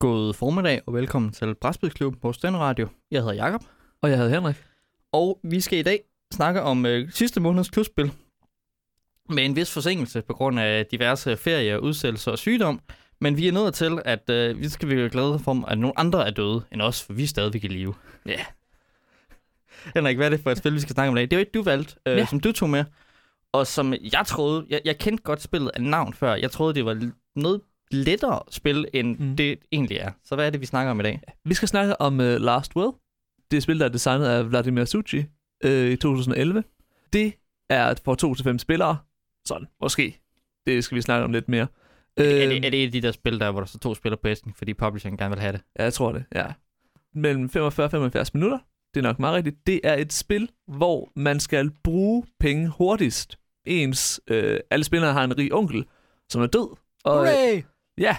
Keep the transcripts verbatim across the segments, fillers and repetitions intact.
God formiddag og velkommen til Brætspilsklubben på Stenradio. Jeg hedder Jakob. Og jeg hedder Henrik. Og vi skal i dag snakke om øh, sidste måneds klubspil. Med en vis forsinkelse på grund af diverse ferier, udsættelser og sygdom. Men vi er nødt til, at øh, vi skal være glade for, at nogle andre er døde end os, for vi er stadigvæk i live. Ja. Yeah. Henrik, hvad er det for et spil, vi skal snakke om i dag? Det er jo et, du valgte, øh, yeah. som du tog med. Og som jeg troede, jeg, jeg kendte godt spillet af navn før. Jeg troede, det var noget lettere spil, end mm. det egentlig er. Så hvad er det, vi snakker om i dag? Vi skal snakke om uh, Last Will. Det er et spil, der er designet af Vladimir Suchý uh, i to tusind og elleve. Det er for to til fem spillere. Sådan, måske. Det skal vi snakke om lidt mere. Er det, er, det, er det et af de der spil, der hvor der står to spillere på æsken, fordi publisheren gerne vil have det? Ja, jeg tror det, ja. Mellem femogfyrre og femoghalvfjerds minutter. Det er nok meget rigtigt. Det er et spil, hvor man skal bruge penge hurtigst. Ens, øh, alle spillere har en rig onkel, som er død. Og, Hooray! Ja,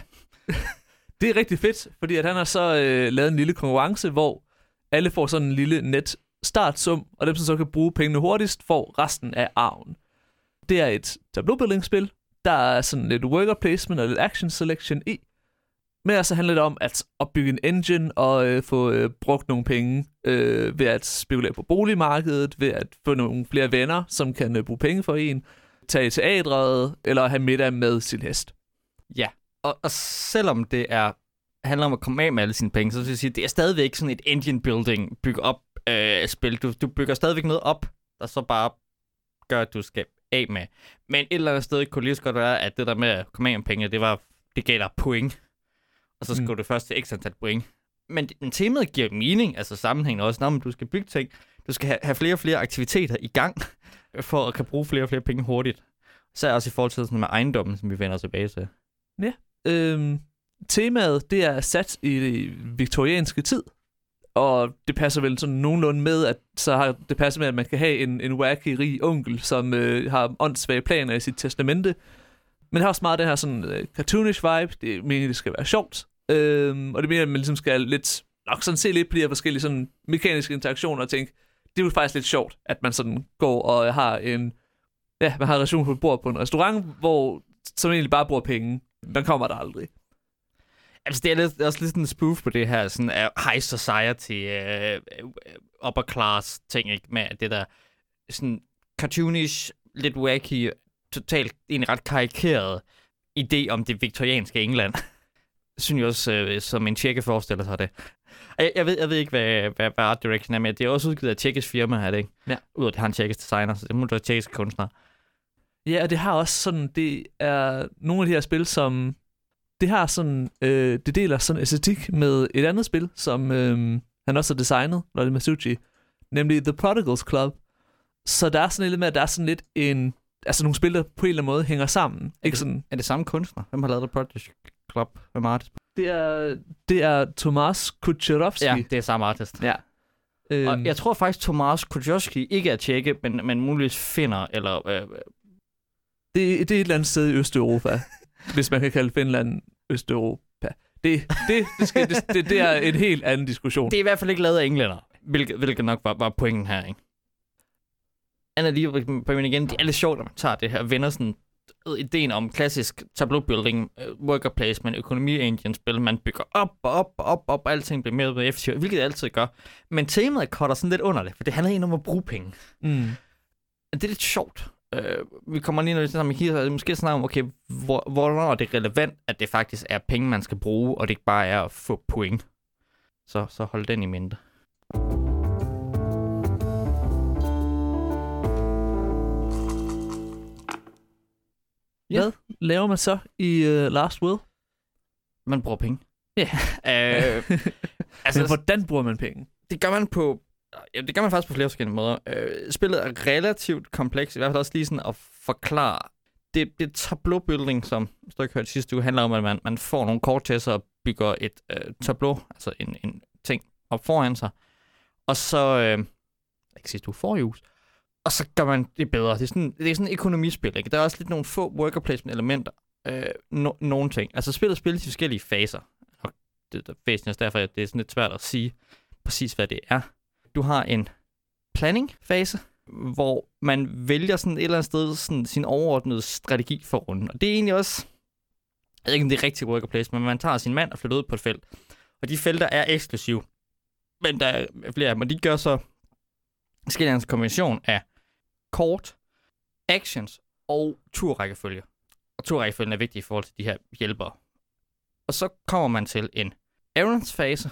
det er rigtig fedt, fordi at han har så øh, lavet en lille konkurrence, hvor alle får sådan en lille net startsum, og dem, som så kan bruge pengene hurtigst, får resten af arven. Det er et tableau-building-spil. Der er sådan lidt worker placement og lidt action selection i. Men så handler det om at opbygge en engine og øh, få øh, brugt nogle penge øh, ved at spekulere på boligmarkedet, ved at få nogle flere venner, som kan øh, bruge penge for en, tage i teatret eller have middag med sin hest. Ja, og, og selvom det er handler om at komme af med alle sine penge, så vil jeg sige, det er stadigvæk sådan et engine building bygge op øh, spil. Du, du bygger stadigvæk noget op, der så bare gør, at du skal af med. Men et eller andet sted kunne lige så godt være, at det der med at komme af med penge, det var det gav dig point. Og så skulle mm. du først til ekstra antal point. Men, men temaet giver mening, altså sammenhængen også, når du skal bygge ting. Du skal have, have flere og flere aktiviteter i gang, for at kan bruge flere og flere penge hurtigt. Så er også i forhold til sådan med ejendommen, som vi vender tilbage til. Ja, øhm, temaet, det er sat i det viktorianske tid, og det passer vel sådan nogenlunde med, at så har det passer med, at man kan have en, en wacky, rig onkel, som øh, har åndssvage planer i sit testamente. Men det har også meget den her sådan øh, cartoonish vibe. Det mener, det skal være sjovt. Øhm, og det mener, at man ligesom skal lidt, nok sådan se lidt på de her forskellige sådan mekaniske interaktioner og tænke, det er jo faktisk lidt sjovt, at man sådan går og har en, ja, man har en relation på et bord på en restaurant, hvor som egentlig bare bruger penge. Man kommer der aldrig. Altså, det er lidt, også lidt sådan en spoof på det her sådan uh, high society, uh, upper class ting, ikke? Med det der sådan cartoonish, lidt wacky, totalt en ret karikeret idé om det viktorianske England. Synes jeg også, øh, som en tjekke forestiller sig det. Jeg, jeg, ved, jeg ved ikke, hvad, hvad, hvad art direction er, men det er også udgivet af tjekkisk firma her, det ikke? Ja. Udover at det har en tjekkisk designer, så det må være tjekkisk kunstner. Ja, og det har også sådan, det er nogle af de her spil, som, det har sådan, øh, det deler sådan æstetik med et andet spil, som øh, han også har designet, Vladimir Suchý, nemlig The Prodigals Club. Så der er sådan lidt med, at der er sådan lidt en, altså nogle spil, der på en eller anden måde hænger sammen. Er det, sådan, er det samme kunstner? Hvem har lavet The Prodigals Club? Hvem er artist? Det er, det er Tomasz Kucherowski. Ja, det er samme artist. Ja. Øhm. Og jeg tror faktisk, Tomasz Kucherowski ikke er tjekke, men, men muligvis finder, eller... Øh, det, det er et eller andet sted i Østeuropa, hvis man kan kalde Finland Østeuropa. Det, det, det, skal, det, det, det er en helt anden diskussion. Det er i hvert fald ikke lavet af englænder, hvilket, hvilket nok var, var pointen her, ikke? Anna lige på min igen, det er lidt sjovt, at man tager det her og vender sådan ideen om klassisk tableau-building, worker placement, økonomi-engine-spil, man bygger op og op og op, op, og alting bliver mere og mere effektivt, hvilket det altid gør. Men temaet cutter sådan lidt under det, for det handler egentlig om at bruge penge. Mm. Det er lidt sjovt. Uh, vi kommer lige noget sammen med måske snakke om, okay, hvor, hvornår er det relevant, at det faktisk er penge, man skal bruge, og det ikke bare er at få point. Så, så hold den i mente. Hvad laver man så i uh, Last Will? Man bruger penge. Ja. Yeah. uh, altså, Men hvordan bruger man penge? Det gør man på... Ja, det gør man faktisk på flere forskellige måder. Uh, spillet er relativt komplekst, i hvert fald også lige sådan at forklare. Det, det tableau-building, som du ikke hørte sidste uge, handler om, at man, man får nogle kort til sig og bygger et uh, tableau, altså en, en ting op foran sig. Og så... Uh, ikke sidste uge, forrige uge. Og så gør man det bedre. Det er sådan, det er sådan et økonomispil, ikke? Der er også lidt nogle få worker placement elementer. Øh, no, nogle ting. Altså spillet spilles i forskellige faser. Og det er væsentligt, derfor det er sådan lidt svært at sige præcis, hvad det er. Du har en planning-fase, hvor man vælger sådan et eller andet sted sådan sin overordnede strategi for runden. Og det er egentlig også Jeg ved ikke, om det er rigtig worker placement, men man tager sin mand og flytter ud på et felt. Og de felter er eksklusive. Men der er flere af dem, og de gør så forskellige en kombination af kort, actions og turrækkefølge. Og turrækkefølgen er vigtig i forhold til de her hjælpere. Og så kommer man til en errands-fase,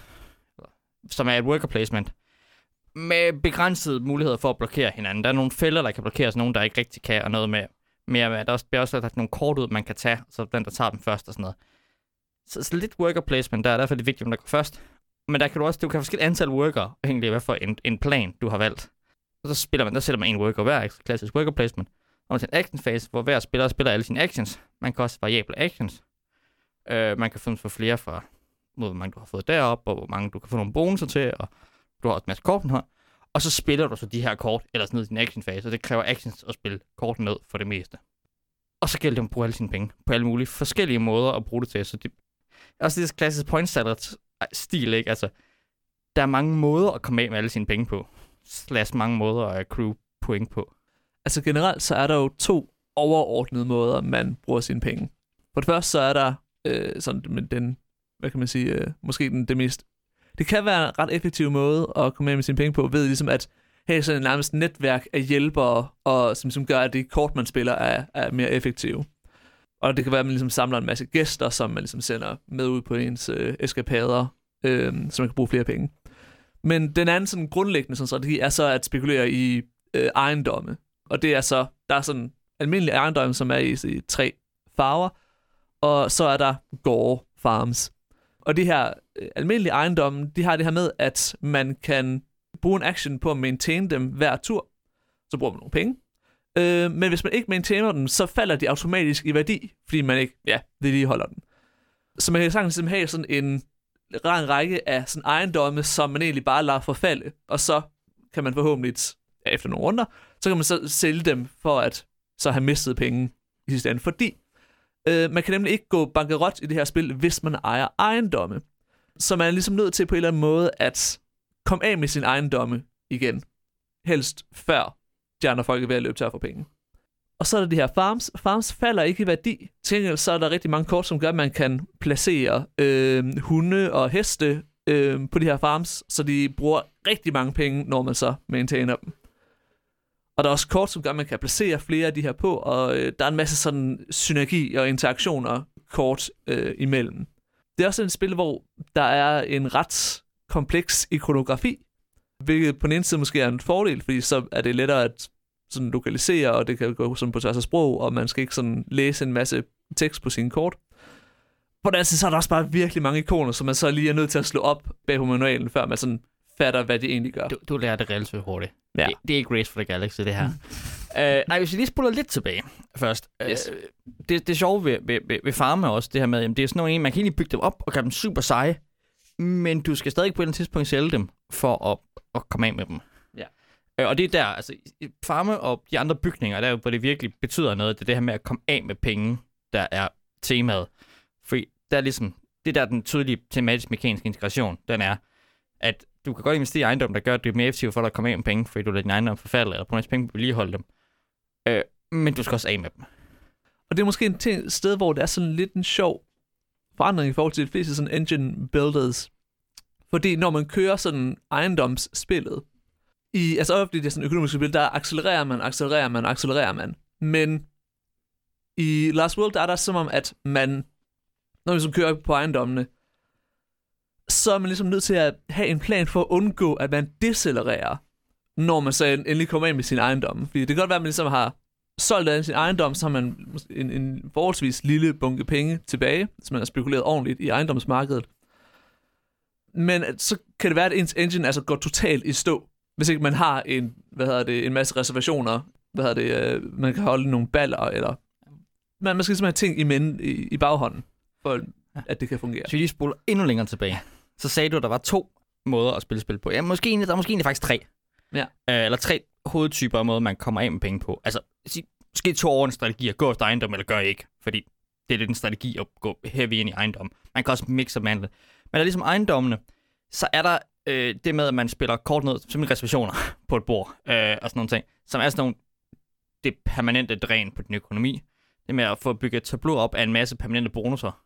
som er et worker placement, med begrænsede muligheder for at blokere hinanden. Der er nogle fælder, der kan blokeres, nogle, der ikke rigtig kan, og noget med mere med. Der bliver også lagt nogle kort ud, man kan tage, så den, der tager dem først og sådan noget. Så, så lidt worker placement der, derfor er det vigtigt, om der går først. Men der kan du også, du kan have forskellige antal worker, afhængig af hvad for en, en plan, du har valgt. Og så spiller man, der sætter man en worker hver, klassisk worker placement. Og til en action phase, hvor hver spiller spiller alle sine actions. Man kan også variable actions. Uh, man kan få flere fra, hvor mange du har fået derop, og hvor mange du kan få nogle bonusser til, og du har også en masse kort her. Og så spiller du så de her kort ellers ned i din action phase, og det kræver actions at spille korten ned for det meste. Og så gælder det om at bruge alle sine penge på alle mulige forskellige måder at bruge det til. Så det er også det klassiske point salad stil, ikke? Altså, der er mange måder at komme af med alle sine penge på. Slash mange måder at accrue point på. Altså generelt så er der jo to overordnede måder, man bruger sine penge. For det første så er der øh, sådan den, hvad kan man sige, øh, måske den det mest. Det kan være en ret effektiv måde at komme af med sine penge på, ved ligesom at have sådan et nærmest netværk af hjælpere, og som, som gør, at det kort, man spiller, er, er mere effektive. Og det kan være, at man ligesom samler en masse gæster, som man ligesom sender med ud på ens øh, eskapader, øh, så man kan bruge flere penge. Men den anden sådan grundlæggende sådan strategi er så at spekulere i øh, ejendomme. Og det er så, der er sådan almindelige ejendomme, som er i, i tre farver, og så er der gårde, farms. Og de her øh, almindelige ejendomme, de har det her med, at man kan bruge en action på at maintain dem hver tur. Så bruger man nogle penge. Øh, men hvis man ikke maintainer dem, så falder de automatisk i værdi, fordi man ikke, ja, vedligeholder den. Så man kan sagtens have sådan en lang række af sådan ejendomme, som man egentlig bare lader forfalde, og så kan man forhåbentlig, ja, efter nogle runder, så kan man så sælge dem for at så have mistet penge i sidste ende, fordi øh, man kan nemlig ikke gå bankerot i det her spil, hvis man ejer ejendomme. Så man er ligesom nødt til på en eller anden måde at komme af med sin ejendomme igen, helst før de andre folk er ved at løbe tør for penge. Og så er der de her farms. Farms falder ikke i værdi. Til gengæld så er der rigtig mange kort, som gør, at man kan placere øh, hunde og heste øh, på de her farms, så de bruger rigtig mange penge, når man så maintainer dem. Og der er også kort, som gør, at man kan placere flere af de her på, og øh, der er en masse sådan synergi og interaktioner kort øh, imellem. Det er også et spil, hvor der er en ret kompleks ikonografi, hvilket på den ene side måske er en fordel, fordi så er det lettere at sådan lokalisere, og det kan gå sådan på tværs af sprog, og man skal ikke sådan læse en masse tekst på sine kort. På den anden side, så er der også bare virkelig mange ikoner, som man så lige er nødt til at slå op bag på manualen, før man sådan fatter, hvad det egentlig gør. Du, du lærer det relativt hurtigt. Ja. Det, det er ikke Race for the Galaxy, det her. Mm. uh, nej, hvis vi lige spoler lidt tilbage først. Yes. Uh, det, det er sjove ved, ved, ved, ved farme også, det her med, jamen, det er sådan nogle, man kan egentlig bygge dem op og gøre dem super seje, men du skal stadig på et eller andet tidspunkt sælge dem for at, at komme af med dem. Ja. Uh, og det er der, altså farme og de andre bygninger, der hvor det virkelig betyder noget, det er det her med at komme af med penge, der er temaet. Fordi der er ligesom, det der den tydelige tematisk-mekaniske integration, den er, at du kan godt investere i ejendom, der gør, at det er mere effektivt for dig at komme af med penge, fordi du lader din ejendom forfalde, eller bruger en penge på at vedligeholde dem. Øh, men du skal også af med dem. Og det er måske et ting, sted, hvor det er sådan lidt en sjov forandring i forhold til de fleste sådan engine builders. Fordi når man kører sådan ejendomsspillet, i, altså ofte i det sådan økonomiske spil, der accelererer man, accelererer man, accelererer man. Men i Last World, der er der som om, at man, når man så kører på ejendommene, så er man ligesom nødt til at have en plan for at undgå, at man decelererer, når man så endelig kommer ind med sin ejendom. Fordi det kan godt være, at man ligesom har solgt af sin ejendom, så har man en, en forholdsvis lille bunke penge tilbage, så man har spekuleret ordentligt i ejendomsmarkedet. Men så kan det være, at ens engine altså går totalt i stå, hvis ikke man har en, hvad hedder det, en masse reservationer, hvad hedder det, øh, man kan holde nogle baller, eller man, man skal ligesom have ting i, mænd, i, i baghånden, for at det kan fungere. Så vi lige spoler endnu længere tilbage. Så sagde du, at der var to måder at spille spil på. Ja, måske egentlig, der er måske egentlig faktisk tre. Ja. Øh, eller tre hovedtyper af måder, man kommer af med penge på. Altså, måske to over en strategi at gå efter ejendom, eller gør ikke. Fordi det er lidt en strategi at gå heavy ind i ejendom. Man kan også mixe og mandle. Men der er ligesom ejendommene, så er der øh, det med, at man spiller kort ned, som reservationer på et bord, øh, og sådan nogle ting, som er sådan nogle, det permanente dræn på din økonomi. Det med at få bygget et tableau op af en masse permanente bonusser,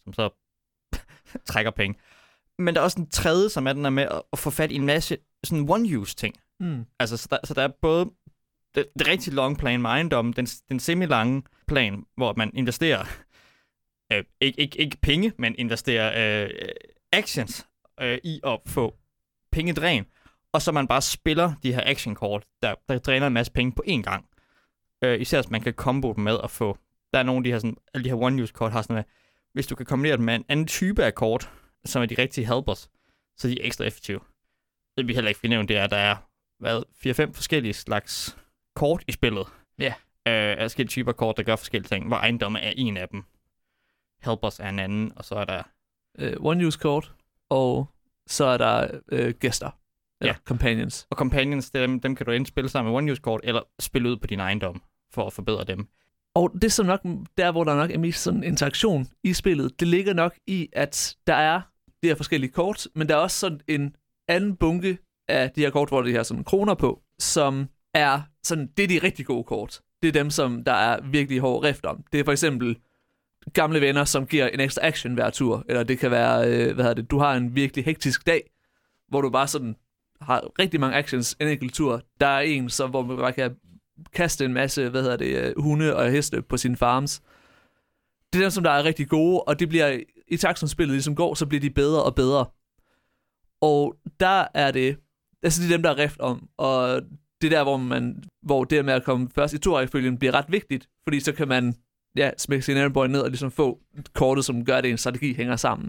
som så trækker penge. Men der er også en tredje, som er den der med at, at få fat i en masse sådan one-use ting. Mm. Altså, så der, så der er både det, det rigtig long plan med ejendommen, den, den semi-lange plan, hvor man investerer, øh, ikke, ikke, ikke penge, men investerer øh, actions øh, i at få pengedræn, og så man bare spiller de her action-kort, der, der dræner en masse penge på én gang. Øh, især hvis man kan combo dem med at få, der er nogle af de her, sådan, alle de her one-use-kort har sådan noget, hvis du kan kombinere dem med en anden type af kort, som er de rigtige helpers, så de er ekstra effektive. Det vi heller ikke får nævnt, det er, at der er hvad, fire fem forskellige slags kort i spillet. Ja. Yeah. Øh, forskellige typer kort, der gør forskellige ting, hvor ejendomme er en af dem. Helpers er en anden, og så er der... Uh, one-use-kort, og så er der uh, gæster. Ja, yeah. Companions. Og companions, dem, dem kan du enten spille sammen med one-use-kort, eller spille ud på din ejendom, for at forbedre dem. Og det er så nok, der hvor der nok er mest sådan interaktion i spillet, det ligger nok i, at der er de her forskellige kort, men der er også sådan en anden bunke af de her kort, hvor de har sådan kroner på, som er sådan, det er de rigtig gode kort. Det er dem, som der er virkelig hård rift om. Det er for eksempel gamle venner, som giver en ekstra action hver tur, eller det kan være, øh, hvad hedder det, du har en virkelig hektisk dag, hvor du bare sådan har rigtig mange actions en enkelt tur. Der er en, så, hvor man bare kan kaste en masse, hvad hedder det, hunde og heste på sine farms. Det er dem, som der er rigtig gode, og det bliver, i takt som spillet ligesom går, så bliver de bedre og bedre. Og der er det, altså det er dem, der er rift om, og det er der, hvor man, hvor det med at komme først i to-rækkefølgen bliver ret vigtigt, fordi så kan man, ja, smække sin airboy ned og ligesom få kortet, som gør, at en strategi hænger sammen.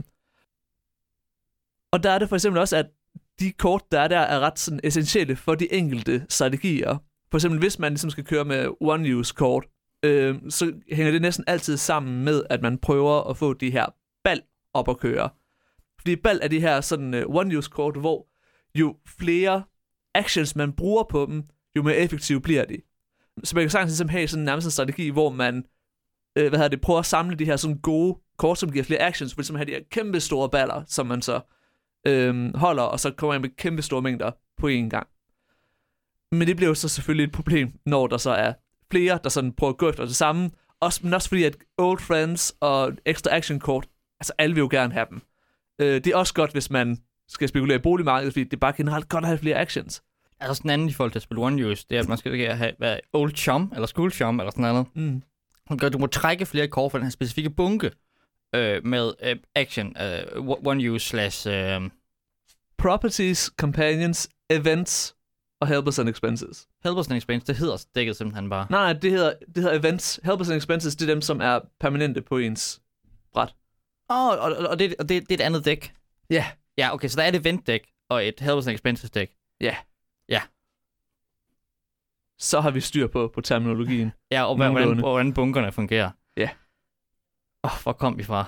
Og der er det for eksempel også, at de kort, der er der, er ret sådan essentielle for de enkelte strategier. For eksempel, hvis man ligesom skal køre med one-use-kort, øh, så hænger det næsten altid sammen med, at man prøver at få de her bal op at køre. Fordi bal er de her sådan uh, one-use-kort, hvor jo flere actions man bruger på dem, jo mere effektive bliver de. Så man kan sagtens ligesom have sådan nærmest en strategi, hvor man øh, hvad hedder det, prøver at samle de her sådan gode kort, som giver flere actions, for eksempel have de her kæmpe store baller, som man så øh, holder, og så kommer man med kæmpe store mængder på én gang. Men det bliver jo så selvfølgelig et problem, når der så er flere, der sådan prøver at gå efter det samme. Også, men også fordi, at old friends og ekstra action kort, altså alle vil jo gerne have dem. Øh, det er også godt, hvis man skal spekulere i boligmarkedet, fordi det er bare generelt godt at have flere actions. Altså sådan anden i forhold til at spille one-use, det er, at man skal have hvad, old chum, eller school chum, eller sådan noget. Mm. Du må trække flere kort fra den her specifikke bunke øh, med øh, action, øh, one-use slash... Øh... Properties, companions, events og helpers and expenses. Helpers and expenses, det hedder dækket simpelthen bare. Nej, det hedder, det hedder events. Helpers and expenses, det er dem, som er permanente på ens bræt. Åh, oh, og, og, det, og det, det er et andet dæk? Ja. Yeah. Ja, okay, så der er et event-dæk og et helpers and expenses dæk. Ja. Yeah. Ja. Så har vi styr på, på terminologien. Ja, og hvordan, hvordan bunkerne fungerer. Ja. Yeah. Åh, oh, hvor kom vi fra?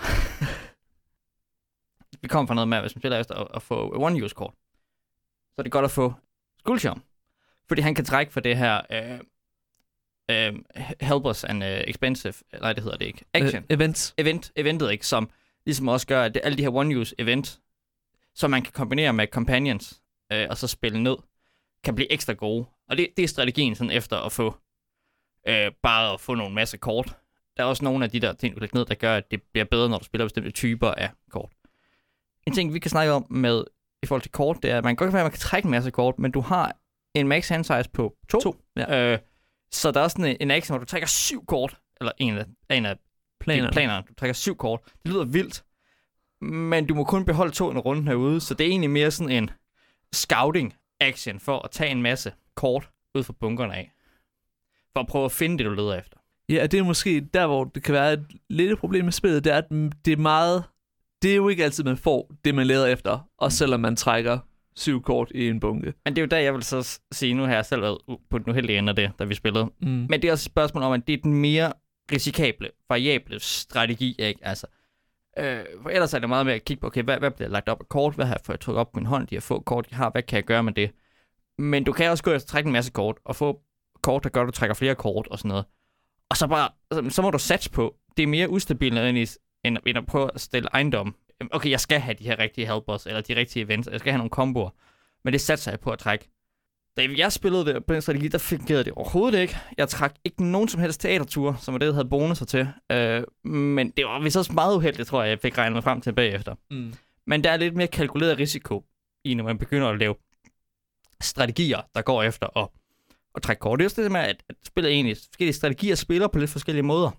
Vi kom fra noget med, hvis man spiller efter at, at få one-use-kort. Så er det godt at få Skuldsham. Fordi han kan trække for det her øh, øh, helpers and uh, expensive, nej, det hedder det ikke. Action. Uh, events. Event, eventet, ikke? Som ligesom også gør, at det, alle de her one-use event, som man kan kombinere med companions, øh, og så spille ned, kan blive ekstra gode. Og det, det er strategien sådan efter at få, øh, bare at få nogle masse kort. Der er også nogle af de der ting, du lægger ned, der gør, at det bliver bedre, når du spiller bestemte typer af kort. En ting, vi kan snakke om med i forhold til kort, det er, at man kan godt være, at man kan trække en masse kort, men du har en max hand size på to. to ja. øh, så der er sådan en, en action, hvor du trækker syv kort, eller en af, en af planerne. planerne. Du trækker syv kort. Det lyder vildt, men du må kun beholde to en runde herude, så det er egentlig mere sådan en scouting action for at tage en masse kort ud fra bunkerne af. For at prøve at finde det, du leder efter. Ja, det er måske der, hvor det kan være et lille problem med spillet, det er, at det er meget... Det er jo ikke altid, man får det, man leder efter, også selvom man trækker syv kort i en bunke. Men det er jo der, jeg vil så sige, nu har jeg selv været på den uheldige ende af det, da vi spillede. Mm. Men det er også et spørgsmål om, at det er den mere risikable, variable strategi, ikke? Altså, øh, for ellers er det meget med at kigge på, okay, hvad, hvad bliver lagt op af kort? Hvad har jeg fået trykket op på min hånd? De har få kort, jeg har. Hvad kan jeg gøre med det? Men du kan også gå og trække en masse kort, og få kort, der gør, at du trækker flere kort og sådan noget. Og så bare, så, så må du satse på, det er mere ustabilt end, end, end at prøve at stille ejendom. Okay, jeg skal have de her rigtige helpers, eller de rigtige events, jeg skal have nogle komboer, men det satser jeg på at trække Da jeg spillede det på den strategi, der fungerede det overhovedet ikke. Jeg trak ikke nogen som helst teaterture, som var det, jeg havde bonusser til. Øh, men det var vist også meget uheldigt, tror jeg, jeg fik regnet mig frem til bagefter. Mm. Men der er lidt mere kalkuleret risiko i, når man begynder at lave strategier, der går efter at, at trække kort. Det er også det med, at, at spillet egentlig forskellige strategier spiller på lidt forskellige måder.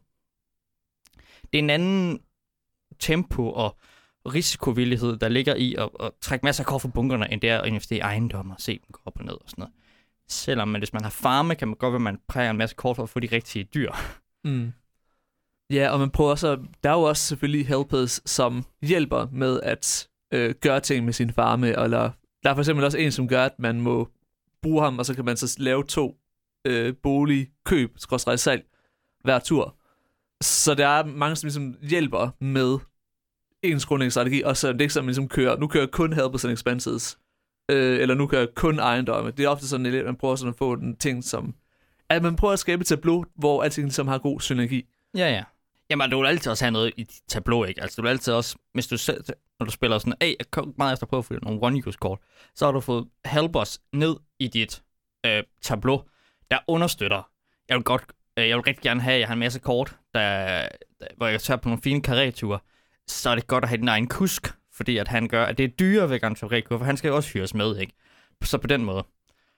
Det er en anden tempo og risikovillighed, der ligger i at, at trække masser af kort fra bunkerne, end det er at investere i ejendomme og se dem gå op og ned og sådan noget. Selvom man, hvis man har farme, kan man godt være, at man præger en masse kort for at få de rigtige dyr. Mm. Ja, og man prøver så, der er jo også selvfølgelig helpers, som hjælper med at øh, gøre ting med sin farme, eller der er for eksempel også en, som gør, at man må bruge ham, og så kan man så lave to øh, boligkøb, skråstreg salg, hver tur. Så der er mange, som ligesom hjælper med ens grundlæggende og så er det ikke sådan, man ligesom kører, nu kører jeg kun helpers and expenses, øh, eller nu kører jeg kun ejendomme. Det er ofte sådan, at man prøver sådan at få en ting, som, at man prøver at skabe et tableau, hvor alting ligesom har god synergi. Ja, ja. Jamen, du vil altid også have noget i dit tableau, ikke? Altså, du vil altid også, hvis du selv, når du spiller sådan, hey, jeg kommer meget efter på at få nogle one-use-kort, så har du fået helpers ned i dit øh, tableau, der understøtter. Jeg vil godt, øh, jeg vil rigtig gerne have, jeg har en masse kort, der, der, hvor jeg tager på nogle fine karreture, så er det godt at have din egen kusk, fordi at han gør, at det er dyrere ved karreture, for han skal jo også hyres med, ikke? Så på den måde.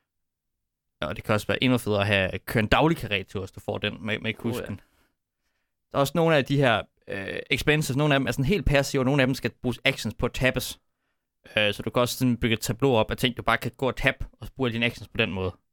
Og det kan også være endnu federe at have køre en daglig karreture, hvis du får den med, med kusken. Oh, ja. Der er også nogle af de her øh, expenses, nogle af dem er sådan helt passive, og nogle af dem skal bruges actions på at tappes. Øh, så du kan også sådan bygge et tableau op af ting, du bare kan gå og tappe, og bruge dine actions på den måde.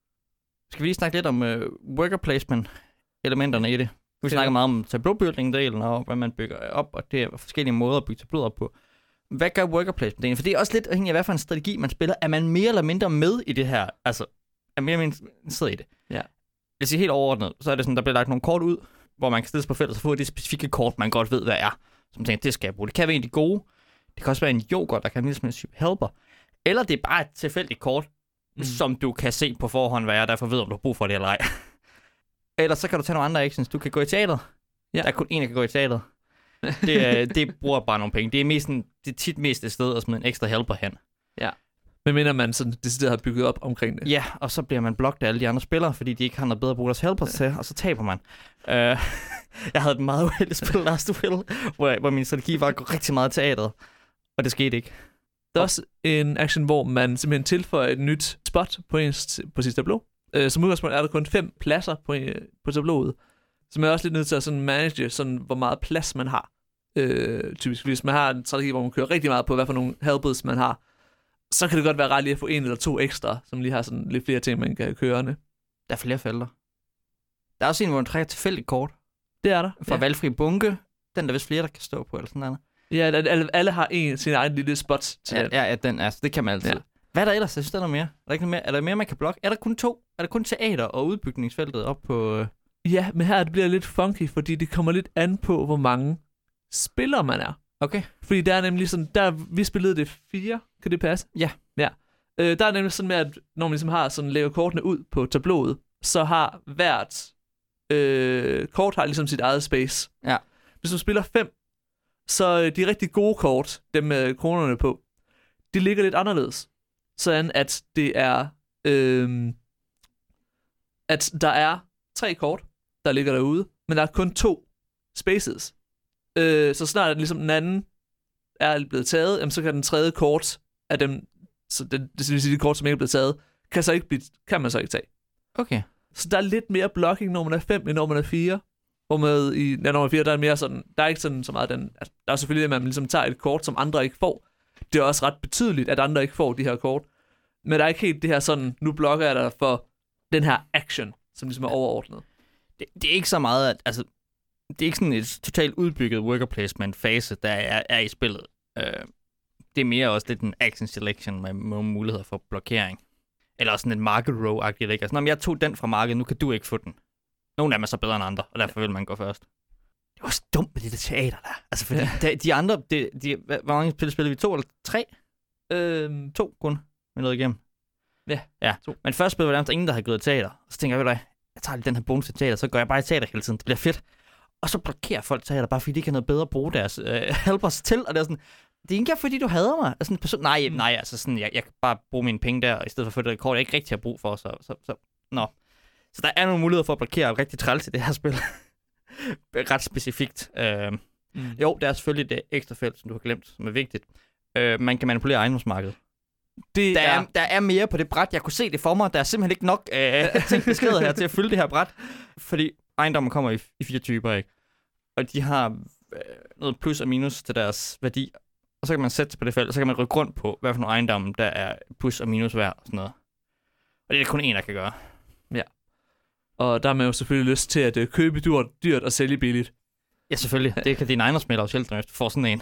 Skal vi lige snakke lidt om øh, worker placement elementerne i det? Vi snakker meget om tableau-building-delen, og hvad man bygger op, og det er forskellige måder at bygge tableauer op på. Hvad gør worker placement-delen? For det er også lidt afhængigt af, hvad for en strategi man spiller. Er man mere eller mindre med i det her? Altså, er man mere eller mindre sidder i det? Ja. Hvis jeg er helt overordnet, så er det sådan, der bliver lagt nogle kort ud, hvor man kan stille sig på feltet, så få det specifikke kort, man godt ved, hvad er. Som tænker, det skal jeg bruge. Det kan være en af de gode. Det kan også være en yoghurt, der kan blive som en super helper. Eller det er bare et tilfældigt kort, mm. som du kan se på forhånd, hvad er, derfor ved, om du har brug for det eller ej. Eller så kan du tage nogle andre actions. Du kan gå i teateret. Ja. Der er kun en, der kan gå i teateret. Det, det bruger bare nogle penge. Det er, mest sådan, det er tit mest et sted at smide en ekstra helper hen. Ja. Men mener man sådan, det stedet har bygget op omkring det? Ja, og så bliver man blokket af alle de andre spillere, fordi de ikke har noget bedre at bruge deres helpers ja. til, og så taber man. Uh, jeg havde et meget uheldigt spil last spil, hvor, hvor min strategi var at gå rigtig meget i teateret, og det skete ikke. Der er også en action, hvor man simpelthen tilføjer et nyt spot på, ens, på sit tableau. Uh, som udgangspunkt er der kun fem pladser på, på tableauet, så man er også lidt nødt til at sådan manage, sådan, hvor meget plads man har. Uh, typisk, hvis man har en strategi, hvor man kører rigtig meget på, hvad for nogle helpers man har, så kan det godt være ret lige at få en eller to ekstra, som lige har sådan lidt flere ting, man kan kørende. Der er flere felter. Der er også en, hvor man trækker tilfældigt kort. Det er der. Fra ja. valgfri bunke. Den der vist flere, der kan stå på, eller sådan noget. Ja, alle, alle har en, sin egen lille spot til ja, den. Ja, ja, den er, det kan man altid. Ja. Hvad er der ellers? Jeg synes, der er noget mere. Er der ikke noget mere? Er der mere, man kan blokke? Er der kun to? Er der kun teater og udbygningsfeltet op på... Ja, men her det bliver lidt funky, fordi det kommer lidt an på, hvor mange spillere man er. Okay. Fordi der er nemlig sådan, der vi spillede det fire, kan det passe? Ja. Ja. Øh, der er nemlig sådan med, at når man ligesom har sådan, lægger kortene ud på tableauet, så har hvert øh, kort har ligesom sit eget space. Ja. Hvis du spiller fem, så de rigtig gode kort, dem med kronerne på, de ligger lidt anderledes. Sådan at det er, øh, at der er tre kort, der ligger derude, men der er kun to spaces. Øh, så snart ligesom den anden er blevet taget, jamen, så kan den tredje kort af dem, så det, det vil sige de kort, som ikke er blevet taget, kan, så ikke blive, kan man så ikke tage. Okay. Så der er lidt mere blocking, når man er fem, end når man er fire. Hvor med i ja, når man er fire, der er mere sådan, der er ikke sådan så meget den, altså, der er selvfølgelig, at man ligesom tager et kort, som andre ikke får. Det er også ret betydeligt, at andre ikke får de her kort. Men der er ikke helt det her sådan, nu blokker jeg dig for den her action, som ligesom er overordnet. Det, det er ikke så meget, at, altså, det er ikke sådan et totalt udbygget worker placement fase, der er, er i spillet. Uh, det er mere også lidt en action selection med, med muligheder for blokering. Eller sådan en market row-agtigt, ikke? Altså, når jeg tog den fra markedet, nu kan du ikke få den. Nogle af dem er så bedre end andre, og derfor vil man gå først. Det er også dumt med det der teater der. Altså, fordi ja. de, de andre, de, de, hvor mange spil spillede vi? To eller tre? Øhm, to kun, med noget igennem. Ja, ja. To. Men først spillede vi nærmest ingen, der havde gået i teater. Og så tænker jeg, ved du, jeg tager lige den her bonus til teater, så går jeg bare i teater hele tiden. Det bliver fedt. Og så blokerer folk teater, bare fordi de ikke har noget bedre at bruge deres øh, helpers til. Og det er sådan, det er ikke engang, fordi du hader mig. Altså, person, nej, nej, altså sådan, jeg, jeg kan bare bruge mine penge der, i stedet for at få det kort, jeg ikke rigtig har brug for, så, så, så, nå. Så der er nogle muligheder for at blokere rigtig træls i det her spil. Ret specifikt. Øh, mm. Jo, der er selvfølgelig det ekstra felt, som du har glemt, som er vigtigt. Øh, man kan manipulere ejendomsmarkedet. Det der, er... Er, der er mere på det bræt. Jeg kunne se det for mig. Der er simpelthen ikke nok øh, ting beskrevet her til at fylde det her bræt. Fordi ejendommen kommer i, i fire typer, ikke? Og de har øh, noget plus og minus til deres værdi. Og så kan man sætte på det felt, og så kan man rykke rundt på, hvad for nogle ejendomme, der er plus og minus værd og sådan noget. Og det er det kun en, der kan gøre. Ja. Og der har man jo selvfølgelig lyst til at uh, købe dyrt, dyrt og sælge billigt. Ja, selvfølgelig. Det kan dine ejendomsmæglere jo selv drømme, hvis du får sådan en.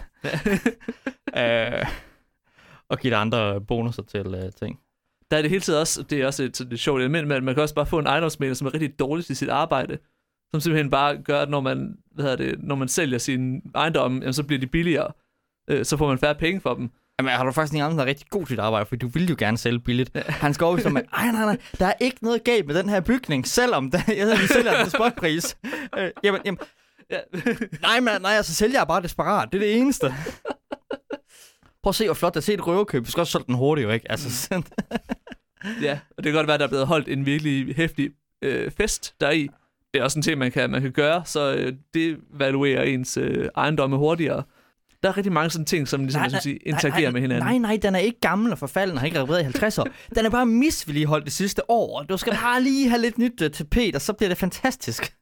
øh, og give dig andre bonusser til uh, ting. Der er det hele tiden også, det er også et, et sjovt element med, at man kan også bare få en ejendomsmægler, som er rigtig dårlig til sit arbejde. Som simpelthen bare gør, at når man, hvad hedder det, når man sælger sin ejendom, jamen, så bliver de billigere. Øh, så får man færre penge for dem. Jamen, har du faktisk en anden, der er rigtig god til dit arbejde, for du vil jo gerne sælge billigt. Ja. Han skal overbevise om, at nej, nej, nej, der er ikke noget galt med den her bygning, selvom der, jeg ved, vi sælger den til spotpris. øh, jamen, jamen, ja. nej, man, nej, altså sælger jeg bare desperat. Det er det eneste. Prøv at se, hvor flot det er. Se et røverkøb. Vi skal også sælge den hurtigt, jo, ikke? Altså, sådan. Ja, og det kan godt være, at der er blevet holdt en virkelig hæftig øh, fest deri. Det er også en ting, man kan, man kan gøre, så øh, det valuerer ens øh, ejendomme hurtigere. Der er rigtig mange sådan ting, som ligesom, nej, nej, sige, interagerer nej, med hinanden. Nej, nej, den er ikke gammel og forfalden og har ikke repareret i halvtreds år. Den er bare misvedligeholdt det sidste år. Du skal bare lige have lidt nyt uh, tapet, og så bliver det fantastisk.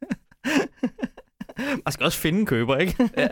Man skal også finde en køber, ikke? Ja.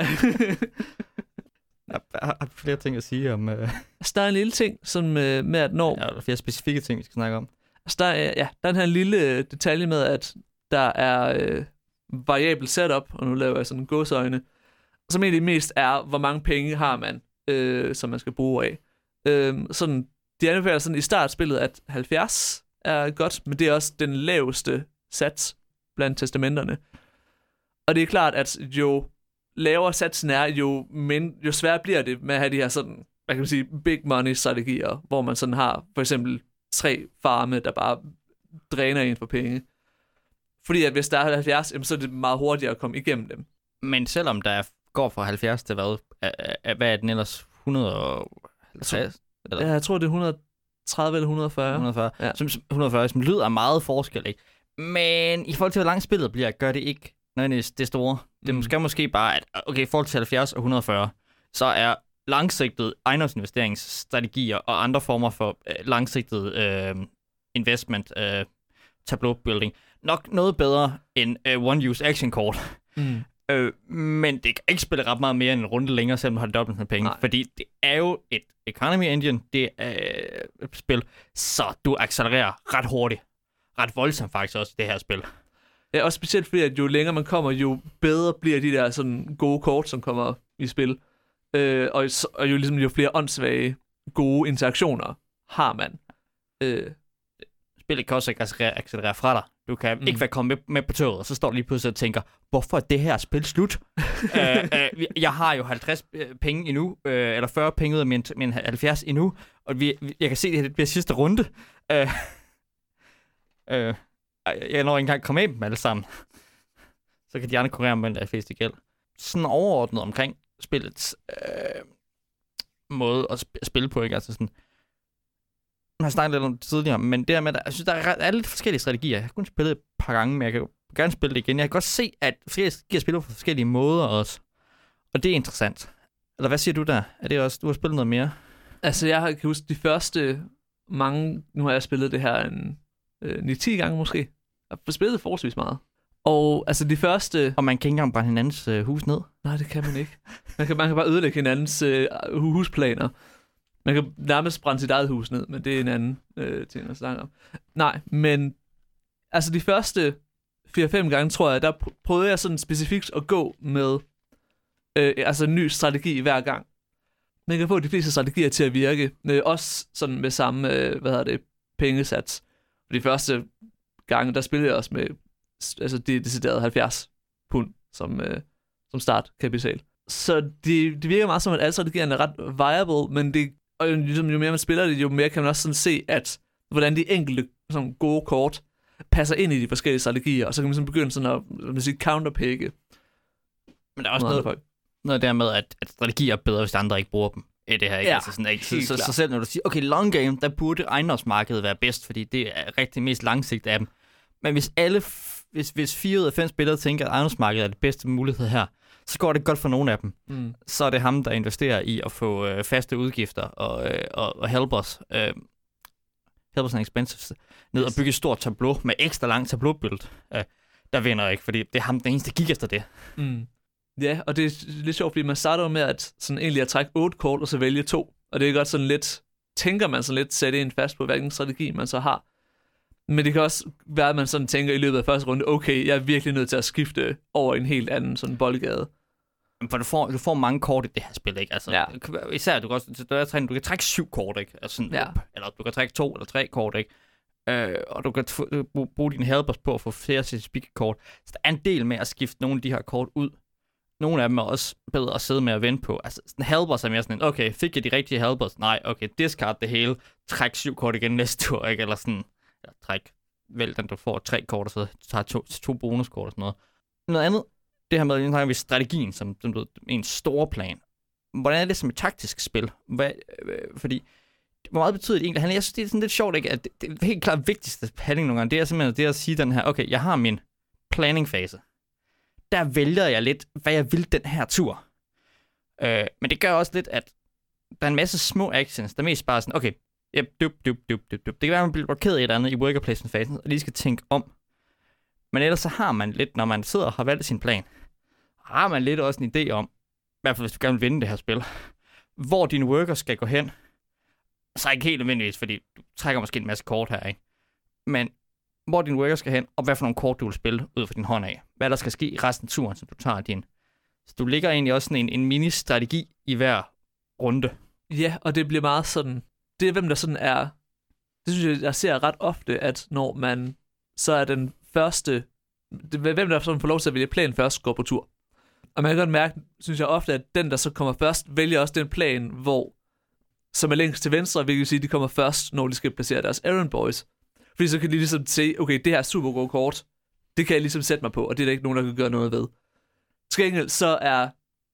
Jeg har flere ting at sige om... Uh... Altså, der er en lille ting, som uh, med at når... Ja, der er flere specifikke ting, vi skal snakke om. Altså, der er, ja, der er den her lille detalje med, at der er uh, variabel setup, og nu laver jeg sådan en gåseøjne, som egentlig mest er, hvor mange penge har man, øh, som man skal bruge af. Øh, sådan, de anbefaler sådan i startspillet, at halvfjerds er godt, men det er også den laveste sats blandt testamenterne. Og det er klart, at jo lavere satsen er, jo, men, jo sværere bliver det med at have de her sådan, hvad kan man sige, big money strategier, hvor man sådan har for eksempel tre farme, der bare dræner en for penge. Fordi at hvis der er halvfjerds, så er det meget hurtigere at komme igennem dem. Men selvom der er går fra halvfjerds til hvad? Hvad er den ellers? et hundrede og halvtreds? Ja, jeg tror, det er et hundrede og tredive eller et hundrede og fyrre. et hundrede og fyrre. Ja. Som, et hundrede og fyrre, som lyder meget forskel, ikke? Men i forhold til, hvor langt spillet bliver, gør det ikke nødvendigvis det store. Det er mm. måske, måske bare, at okay, i forhold til halvfjerds og et hundrede og fyrre, så er langsigtede ejendomsinvesteringsstrategier og andre former for øh, langsigtet øh, investment, øh, tableau building, nok noget bedre end øh, one-use action kort. Mm. Øh, men det kan ikke spille ret meget mere end en runde længere, selvom man har dobbelt med penge. Nej. Fordi det er jo et economy engine, det er et spil, så du accelererer ret hurtigt. Ret voldsomt faktisk også i det her spil. Ja, også specielt fordi, at jo længere man kommer, jo bedre bliver de der sådan gode kort, som kommer i spil. Øh, og, og jo, ligesom, jo flere åndssvage gode interaktioner har man. Øh. Spillet kan også ikke accelerere, accelerere fra dig. Du kan mm. ikke være kommet med, med på toget, og så står du lige pludselig og tænker, hvorfor er det her spil slut? øh, øh, jeg har jo halvtreds penge endnu, øh, eller fyrre penge ud af min, min halvfjerds endnu, og vi, jeg kan se, at det bliver sidste runde. Øh, øh, jeg når ikke engang komme af med dem alle sammen. Så kan de andre konkurrere med den der fleste gæld. Sådan overordnet omkring spillets øh, måde at sp- spille på, ikke? Altså sådan, jeg har snakket lidt om det tidligere, men det her med, at jeg synes, der er, er lidt forskellige strategier. Jeg har kun spillet et par gange, men jeg kan gerne spille det igen. Jeg kan godt se, at forskellige strategier spiller på forskellige måder også. Og det er interessant. Eller hvad siger du der? Er det også, du har spillet noget mere? Altså, jeg kan huske de første mange, nu har jeg spillet det her en øh, ni til ti gange måske. Jeg har spillet forholdsvis meget. Og altså de første... Og man kan ikke engang brænde hinandens øh, hus ned? Nej, det kan man ikke. Man kan, man kan bare ødelægge hinandens øh, husplaner. Man kan nærmest brænde sit eget hus ned, men det er en anden øh, ting at snakke om. Nej, men altså de første fire fem gange, tror jeg, der prøvede jeg sådan specifikt at gå med øh, altså en ny strategi hver gang. Man kan få de fleste strategier til at virke, øh, også sådan med samme, øh, hvad hedder det, pengesats. De første gange, der spillede jeg også med altså det deciderede halvfjerds pund som, øh, som startkapital. Så det, det virker meget som, at alle strategierne er ret viable, men det, og jo, jo mere man spiller det, jo mere kan man også sådan se, at hvordan de enkelte sådan gode kort passer ind i de forskellige strategier, og så kan man sådan begynde sådan at man sige, counterpicke. Men der er også noget, noget der med, at, at strategier er bedre, hvis andre ikke bruger dem. i det her, ikke? Ja, Altså sådan, ikke? Så, helt så, klart. så selv når du siger, okay, long game, der burde ejendomsmarkedet være bedst, fordi det er rigtig mest langsigtet af dem. Men hvis alle, f- hvis, hvis fire ud af fem spillere tænker, at ejendomsmarkedet er det bedste mulighed her, så går det godt for nogle af dem. Mm. Så er det ham, der investerer i at få øh, faste udgifter og, øh, og, og helpers, øh, helpers and expenses, ned og bygge et stort tableau med ekstra lang tableaubild. Øh, der vinder ikke, fordi det er ham, der eneste, der gik efter det. Mm. Ja, og det er lidt sjovt, fordi man starter jo med at, sådan egentlig at trække otte kort, og så vælge to. Og det er godt sådan lidt, tænker man sådan lidt, sætte en fast på, hvilken strategi man så har. Men det kan også være, at man sådan tænker i løbet af første runde, okay, jeg er virkelig nødt til at skifte over en helt anden sådan boldgade. For du får, du får mange kort i det her spil, ikke? Altså, Ja. Især, du kan, også, du, kan, du kan trække syv kort, ikke? Altså sådan, Ja. Eller du kan trække to eller tre kort, ikke? Øh, og du kan få, du kan bruge dine helpers på at få flere specifikke kort. Så der er en del med at skifte nogle af de her kort ud. Nogle af dem er også bedre at sidde med at vente på. Altså, sådan helpers er mere sådan, okay, fik jeg de rigtige helpers? Nej, okay, discard det hele. Træk syv kort igen næste tur, ikke? Eller sådan, eller træk, vælg den, du får tre kort, og så tager to, to bonuskort og sådan noget. Noget andet, det her med, nu snakker vi strategien, som, som en stor plan. Hvordan er det som et taktisk spil? Hvad, øh, fordi, hvor meget betyder det egentlig? Jeg synes, det er sådan lidt sjovt, ikke? At det, det er helt klart vigtigste handling nogle gange, det er simpelthen det at sige den her, okay, jeg har min planning-fase. Der vælger jeg lidt, hvad jeg vil den her tur. Øh, men det gør også lidt, at der er en masse små actions, der mest bare sådan, okay, yep, dup, dup, dup, dup, dup. Det kan være, at man bliver blokeret i et eller andet i worker placement-fasen, og lige skal tænke om. Men ellers så har man lidt, når man sidder og har valgt sin plan, har man lidt også en idé om, i hvert fald hvis du gerne vil vinde det her spil, hvor dine workers skal gå hen. Så ikke helt nødvendigvis, fordi du trækker måske en masse kort her, ikke? Men hvor dine workers skal hen, og hvad for nogle kort du vil spille ud fra din hånd af. Hvad der skal ske i resten af turen, så du tager din. Så du ligger egentlig også sådan en, en mini-strategi i hver runde. Ja, og det bliver meget sådan, det er hvem der sådan er, det synes jeg, jeg ser ret ofte, at når man så er den første, det, hvem der sådan får lov til at vælge plan først, går på tur. Og man kan godt mærke, synes jeg ofte, at den, der så kommer først, vælger også den plan, hvor, som er længst til venstre, hvilket vil sige, at de kommer først, når de skal placere deres errand boys. Fordi så kan de ligesom se, okay, det her er super gode kort, det kan jeg ligesom sætte mig på, og det er der ikke nogen, der kan gøre noget ved. Til gengæld så er,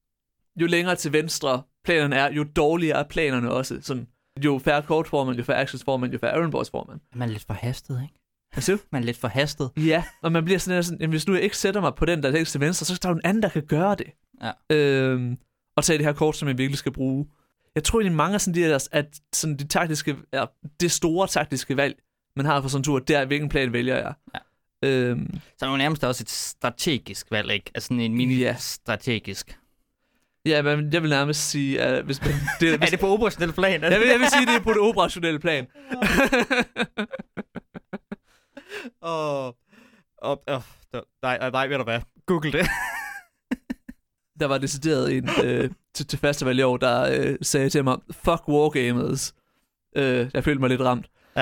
jo længere til venstre planerne er, jo dårligere er planerne også. Sådan, jo færre kort får man, jo færre actions får man, jo færre errand boys får man. Man er lidt for hastet, ikke? Hvad siger du? Man er lidt for hastet. Ja, og man bliver sådan, sådan, hvis nu jeg ikke sætter mig på den, der er længst til venstre, så er der jo en anden, der kan gøre det. Ja. Øhm, og tage det her kort, som jeg virkelig skal bruge. Jeg tror egentlig mange af sådan de der, at sådan de taktiske, ja, det store taktiske valg, man har for sådan en tur, det er, hvilken plan vælger jeg. Ja. Øhm, Så er det jo nærmest også et strategisk valg, ikke? Altså sådan en mini-strategisk. ja, men jeg vil nærmest sige, at hvis man... Det, hvis, er det på operationel plan? jeg, vil, jeg vil sige, at det er på det operationelle plan. Åh, oh, oh, oh, nej, nej, ved du hvad? Google det. Der var decideret en øh, til, til festival i år, der øh, sagde til mig, fuck wargamers. Øh, jeg følte mig lidt ramt. Ja.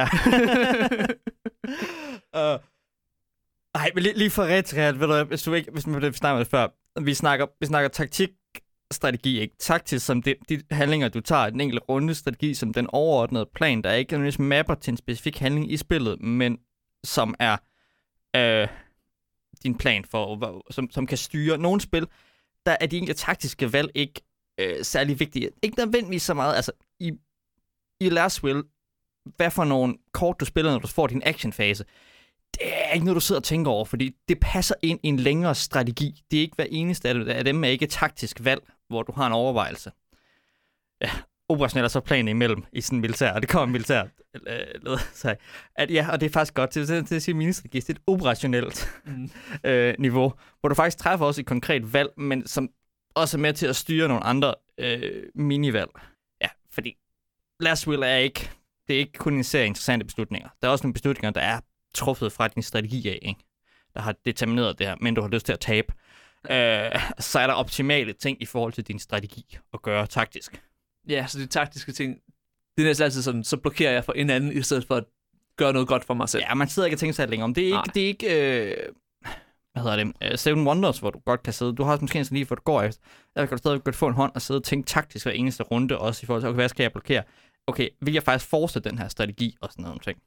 uh, ej, men lige, lige for retralt, ved du, hvis du ikke, hvis vi snakker det før, vi snakker, vi snakker taktik, strategi, ikke? Taktisk som det, de handlinger, du tager i den enkelte runde, strategi som den overordnede plan, der ikke nødvendigvis mapper til en specifik handling i spillet, men som er øh, din plan for, som, som kan styre nogle spil, der er de enkelte taktiske valg ikke øh, særlig vigtige. Ikke nødvendigvis så meget, altså i, i Last Will, hvad for nogle kort du spiller, når du får din actionfase, det er ikke noget, du sidder og tænker over, fordi det passer ind i en længere strategi. Det er ikke hver eneste af dem, er ikke et taktisk valg, hvor du har en overvejelse. Ja, operationelt er så planen imellem i sådan en militær, og det kommer militær. Øh, så, at, ja, og det er faktisk godt til, til, til at sige mini-strategi. Det er et operationelt mm. øh, niveau, hvor du faktisk træffer også et konkret valg, men som også er med til at styre nogle andre øh, mini-valg. Ja, fordi Last Will er ikke, det er ikke kun en serie interessante beslutninger. Der er også nogle beslutninger, der er truffet fra din strategi af, ikke? Der har determineret det her, men du har lyst til at tabe. Øh, så er der optimale ting i forhold til din strategi at gøre taktisk. Ja, så de taktiske ting, det er næsten altid sådan, så blokerer jeg for en anden, i stedet for at gøre noget godt for mig selv. Ja, man sidder ikke og tænker sig længere om. Det er ikke, det er ikke øh, hvad hedder det, uh, Seven Wonders, hvor du godt kan sidde. Du har måske en lige, hvor du går efter. Der kan du stadig godt få en hånd og sidde og tænke taktisk hver eneste runde, også i forhold til, okay, hvad skal jeg blokere? Okay, vil jeg faktisk fortsætte den her strategi og sådan noget ting.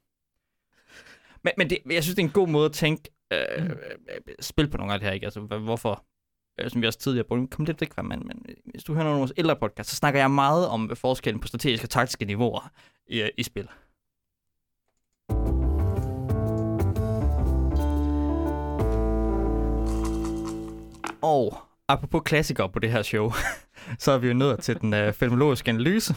Men, men det, jeg synes, det er en god måde at tænke, øh, mm. spil på nogle af det her, ikke? Altså, hvorfor øh, som vi også tidligere brugte, kom lidt væk fra, men, men hvis du hører nogle af vores ældre podcast, så snakker jeg meget om forskellen på strategiske og taktiske niveauer i, i spil. Og apropos klassikere på det her show, så er vi jo nået til den øh, fenomenologiske analyse,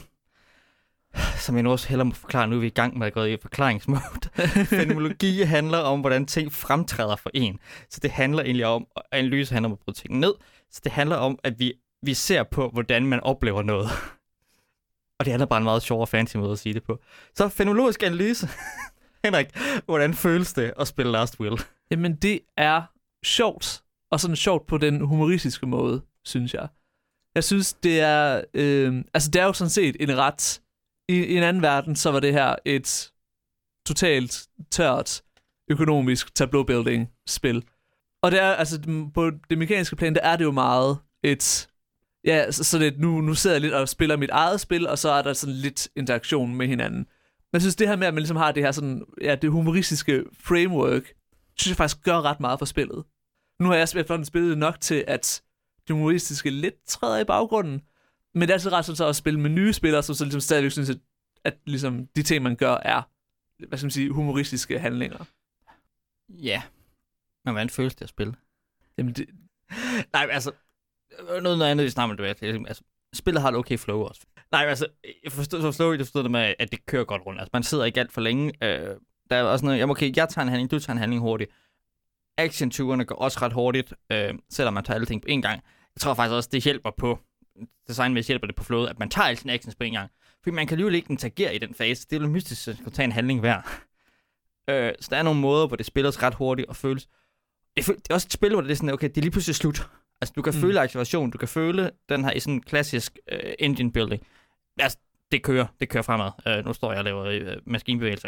som jeg nu også hellere må forklare. Nu er vi i gang med at gå i forklaringsmode. Fenomenologi handler om, hvordan ting fremtræder for en. Så det handler egentlig om, analyse handler om at bryde ting ned. Så det handler om, at vi, vi ser på, hvordan man oplever noget. Og det handler bare en meget sjov og fancy måde at sige det på. Så fenomenologisk analyse. Henrik, hvordan føles det at spille Last Will? Jamen, det er sjovt. Og sådan sjovt på den humoristiske måde, synes jeg. Jeg synes, det er... Øh, altså, det er jo sådan set en ret... I, I en anden verden, så var det her et totalt tørt økonomisk tableau-building-spil. Og det er, altså, på det mekaniske plan, der er det jo meget et... Ja, så, så det, nu, nu sidder jeg lidt og spiller mit eget spil, og så er der sådan lidt interaktion med hinanden. Men jeg synes, det her med, at man ligesom har det her sådan... Ja, det humoristiske framework, synes jeg faktisk gør ret meget for spillet. Nu har jeg efterhånden spillet nok til, at det humoristiske lidt træder i baggrunden. Men det er altid ret sådan så at spille med nye spillere, som så ligesom stadigvæk synes, at, at ligesom de ting, man gør, er hvad skal man sige, humoristiske handlinger. Ja. Men hvordan føles det at spille? Jamen det... Nej, altså... Noget, noget andet, vi snakker om, det er, altså, spillet har et okay flow også. Nej, altså, jeg forstår, så flow, jeg forstår det med, at det kører godt rundt. Altså, man sidder ikke alt for længe. Øh, der er også noget, jamen okay, jeg tager en handling, du tager en handling hurtigt. Action-turene går også ret hurtigt, øh, selvom man tager alle ting på én gang. Jeg tror faktisk også, det hjælper på, designmæssigt hjælper det på flowet, at man tager alle sine actions på én gang. Fordi man kan alligevel ikke interagere i den fase. Det er jo mystisk, at man kan tage en handling hver. øh, så der er nogle måder, hvor det spilles ret hurtigt og føles. Det, føl- det er også et spil, hvor det er sådan, okay, det er lige pludselig slut. Altså, du kan mm. føle acceleration, du kan føle den her i sådan en klassisk uh, engine building. Altså, det kører, det kører fremad. Uh, nu står jeg og laver uh, maskinbevægelser.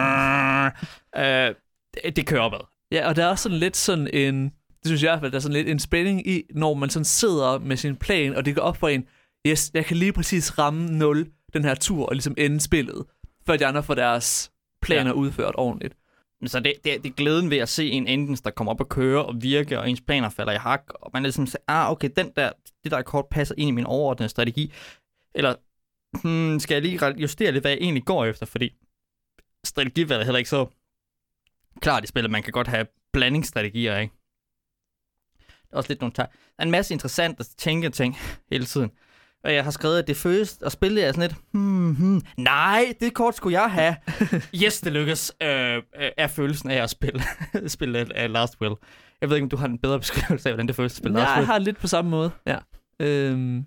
Uh, det, det kører opad. Ja, og der er også sådan lidt sådan en, det synes jeg i hvert fald, der er sådan lidt en spænding i, når man sådan sidder med sin plan, og det går op for en, yes, jeg kan lige præcis ramme nul den her tur, og ligesom ende spillet, før de andre får deres planer ja. udført ordentligt. Så det, det, det er glæden ved at se en engine, der kommer op og kører og virker, og ens planer falder i hak, og man ligesom siger, ah, okay, den der, det der kort passer ind i min overordnede strategi, eller hmm, skal jeg lige justere lidt, hvad jeg egentlig går efter, fordi strategivalget er heller ikke så klart i spillet. Man kan godt have blandingsstrategier, ikke? Der er også lidt nogle tag. Der er en masse interessante tænke ting hele tiden. Og jeg har skrevet, at det føles at spille er sådan lidt, hmm, hmm, nej, det kort skulle jeg have. Yes, det lykkes. Øh, er følelsen af at spille, spille uh, Last Will. Jeg ved ikke, om du har en bedre beskrivelse af, hvordan det føles at spille ja, Last Will. Jeg har lidt på samme måde, ja. Øhm.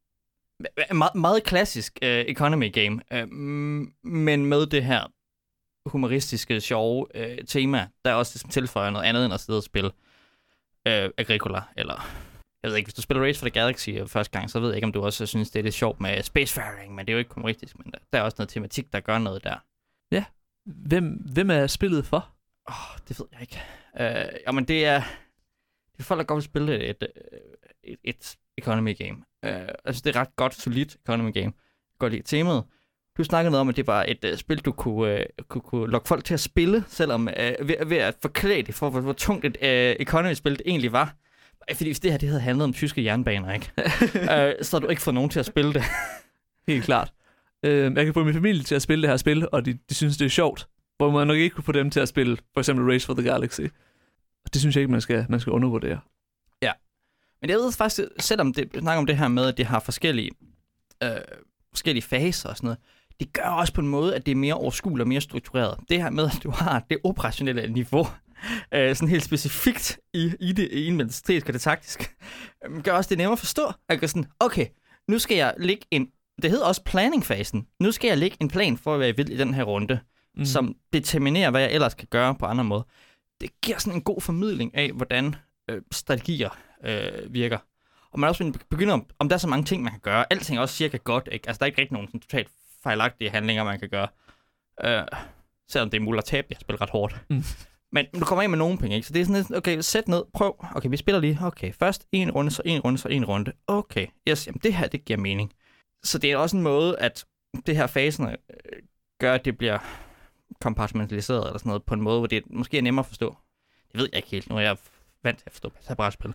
Me- meget klassisk uh, economy game, uh, men med det her humoristiske, sjove uh, tema, der også ligesom tilføjer noget andet end at sidde og spille uh, Agricola, eller... Jeg ved ikke, hvis du spiller Race for the Galaxy første gang, så ved jeg ikke, om du også synes, det er lidt sjovt med spacefaring, men det er jo ikke humoristisk, men der, der er også noget tematik, der gør noget der. Ja. Hvem, hvem er spillet for? Åh, oh, det ved jeg ikke. Uh, jamen, det er... Det er folk, der godt vil spille et, et, et economy game. Uh, altså, det er ret godt, solidt economy game. Jeg kan godt lide temaet. Du snakkede noget om, at det var et uh, spil, du kunne, uh, kunne, kunne lokke folk til at spille, selvom uh, ved, ved at forklæde det for, hvor, hvor tungt et uh, economy-spil det egentlig var. Fordi hvis det her det havde handlet om tyske jernbaner, ikke? øh, så har du ikke fået nogen til at spille det. Helt klart. Øh, jeg kan få min familie til at spille det her spil, og de, de synes, det er sjovt. Hvor man nok ikke kunne få dem til at spille, for eksempel Race for the Galaxy. Og det synes jeg ikke, man skal, man skal undervurdere. Ja. Men jeg ved faktisk, selvom det snakker om det her med, at det har forskellige, øh, forskellige faser og sådan noget, det gør også på en måde, at det er mere overskueligt og mere struktureret. Det her med, at du har det operationelle niveau, Øh, sådan helt specifikt i, i det i en mentalitet og det taktiske, øh, gør også det nemmere at forstå. Jeg kan sådan, okay, nu skal jeg lægge en, det hedder også planning-fasen, nu skal jeg lægge en plan for, hvad jeg vil i den her runde, mm. som determinerer, hvad jeg ellers kan gøre på andre måder. Det giver sådan en god formidling af, hvordan øh, strategier øh, virker. Og man også begynder, om, om der er så mange ting, man kan gøre. Alting er også cirka godt, ikke? Altså, der er ikke rigtig nogen sådan, totalt fejlagtige handlinger, man kan gøre. Øh, selvom det er muligt at tabe, jeg spiller ret hårdt. Mm. Men du kommer ind med nogle penge, ikke? Så det er sådan lidt, okay, sæt ned, prøv. Okay, vi spiller lige. Okay, først en runde, så en runde, så en runde. Okay, yes, jamen det her, det giver mening. Så det er også en måde, at det her fasen øh, gør, at det bliver kompartmentaliseret eller sådan noget, på en måde, hvor det måske er nemmere at forstå. Det ved jeg ikke helt nu, er jeg vant til at forstå separat spil.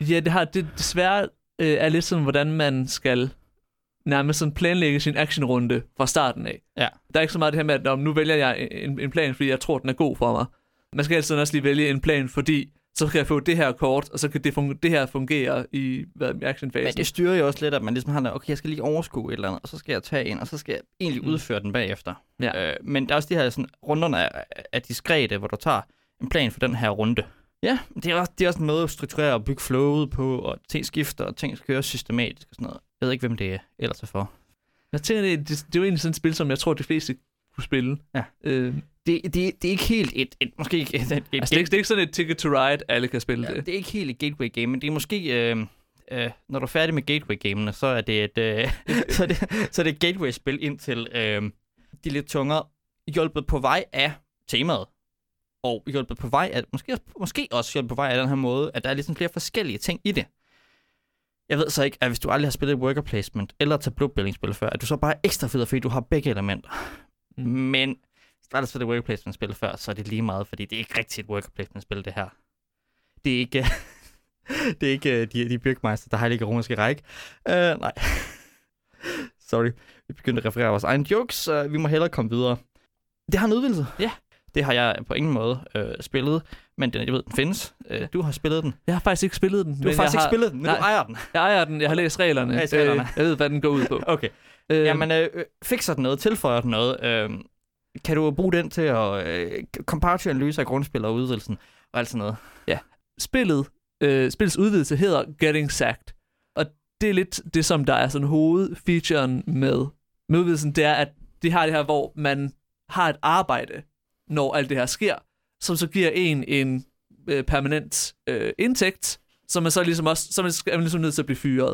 Ja, det har det desværre øh, er lidt sådan, hvordan man skal nærmest sådan planlægge sin actionrunde fra starten af. Ja. Der er ikke så meget det her med, at nu vælger jeg en, en plan, fordi jeg tror, den er god for mig. Man skal altid også lige vælge en plan, fordi så kan jeg få det her kort, og så kan det, funge, det her fungere i hvad, actionfasen. Men det styrer jo også lidt, at man ligesom har, okay, jeg skal lige overskue et eller andet, og så skal jeg tage en, og så skal jeg egentlig mm. udføre den bagefter. Ja. Øh, men der er også de her sådan, runderne er, er diskrete, hvor du tager en plan for den her runde. Ja, det er også, det er også en måde at strukturere og bygge flowet på, og ting skifter, og ting skal køres systematisk og sådan noget. Jeg ved ikke, hvem det er ellers er for. Jeg tænker, det, det, det er jo egentlig sådan et spil, som jeg tror, de fleste kunne spille. Ja. Øh, det, det, det er ikke helt et, et måske ikke et, et, et altså, det, er ikke, det er ikke sådan et Ticket to Ride, alle kan spille ja, det. Det er ikke helt et gateway game, men det er måske, øh, øh, når du er færdig med gateway gamene, så er det et, øh, så er det, så er det et gateway-spil ind til øh, de lidt tungere, hjulpet på vej af temaet. Og hjulpet på vej af, måske, måske også hjulpet på vej af den her måde, at der er ligesom flere forskellige ting i det. Jeg ved så ikke, at hvis du aldrig har spillet worker placement eller tableau-building-spil før, at du så bare er ekstra fed, fordi du har begge elementer. Mm. Men hvis du aldrig har spillet worker placement-spil før, så er det lige meget, fordi det er ikke rigtigt et worker placement-spil, det her. Det er ikke, det er ikke de, de bygmeister, der har ligger romerske række. Uh, nej. Sorry. Vi begyndte at referere vores egne jokes, så vi må hellere komme videre. Det har en udvidelse. Ja. Yeah. Det har jeg på ingen måde øh, spillet, men den, jeg ved, den findes. Øh, du har spillet den. Jeg har faktisk ikke spillet den. Du har faktisk ikke har... spillet den, men Nej, du ejer den. Jeg ejer den. Jeg har læst reglerne. Jeg, reglerne. Øh, jeg ved, hvad den går ud på. Okay. Øh, Jamen, øh, fikser den noget? Tilføjer den noget? Øh, kan du bruge den til at øh, comparative analyse af grundspil og udvidelsen og alt sådan noget? Ja. Spillet, øh, spillets udvidelse hedder Getting Sacked. Og det er lidt det, som der er sådan hovedfeaturen med, med udvidelsen. Det er, at de har det her, hvor man har et arbejde, når alt det her sker, som så giver en en øh, permanent øh, indtægt, som man så ligesom også, som er man ligesom nødt til at blive fyret.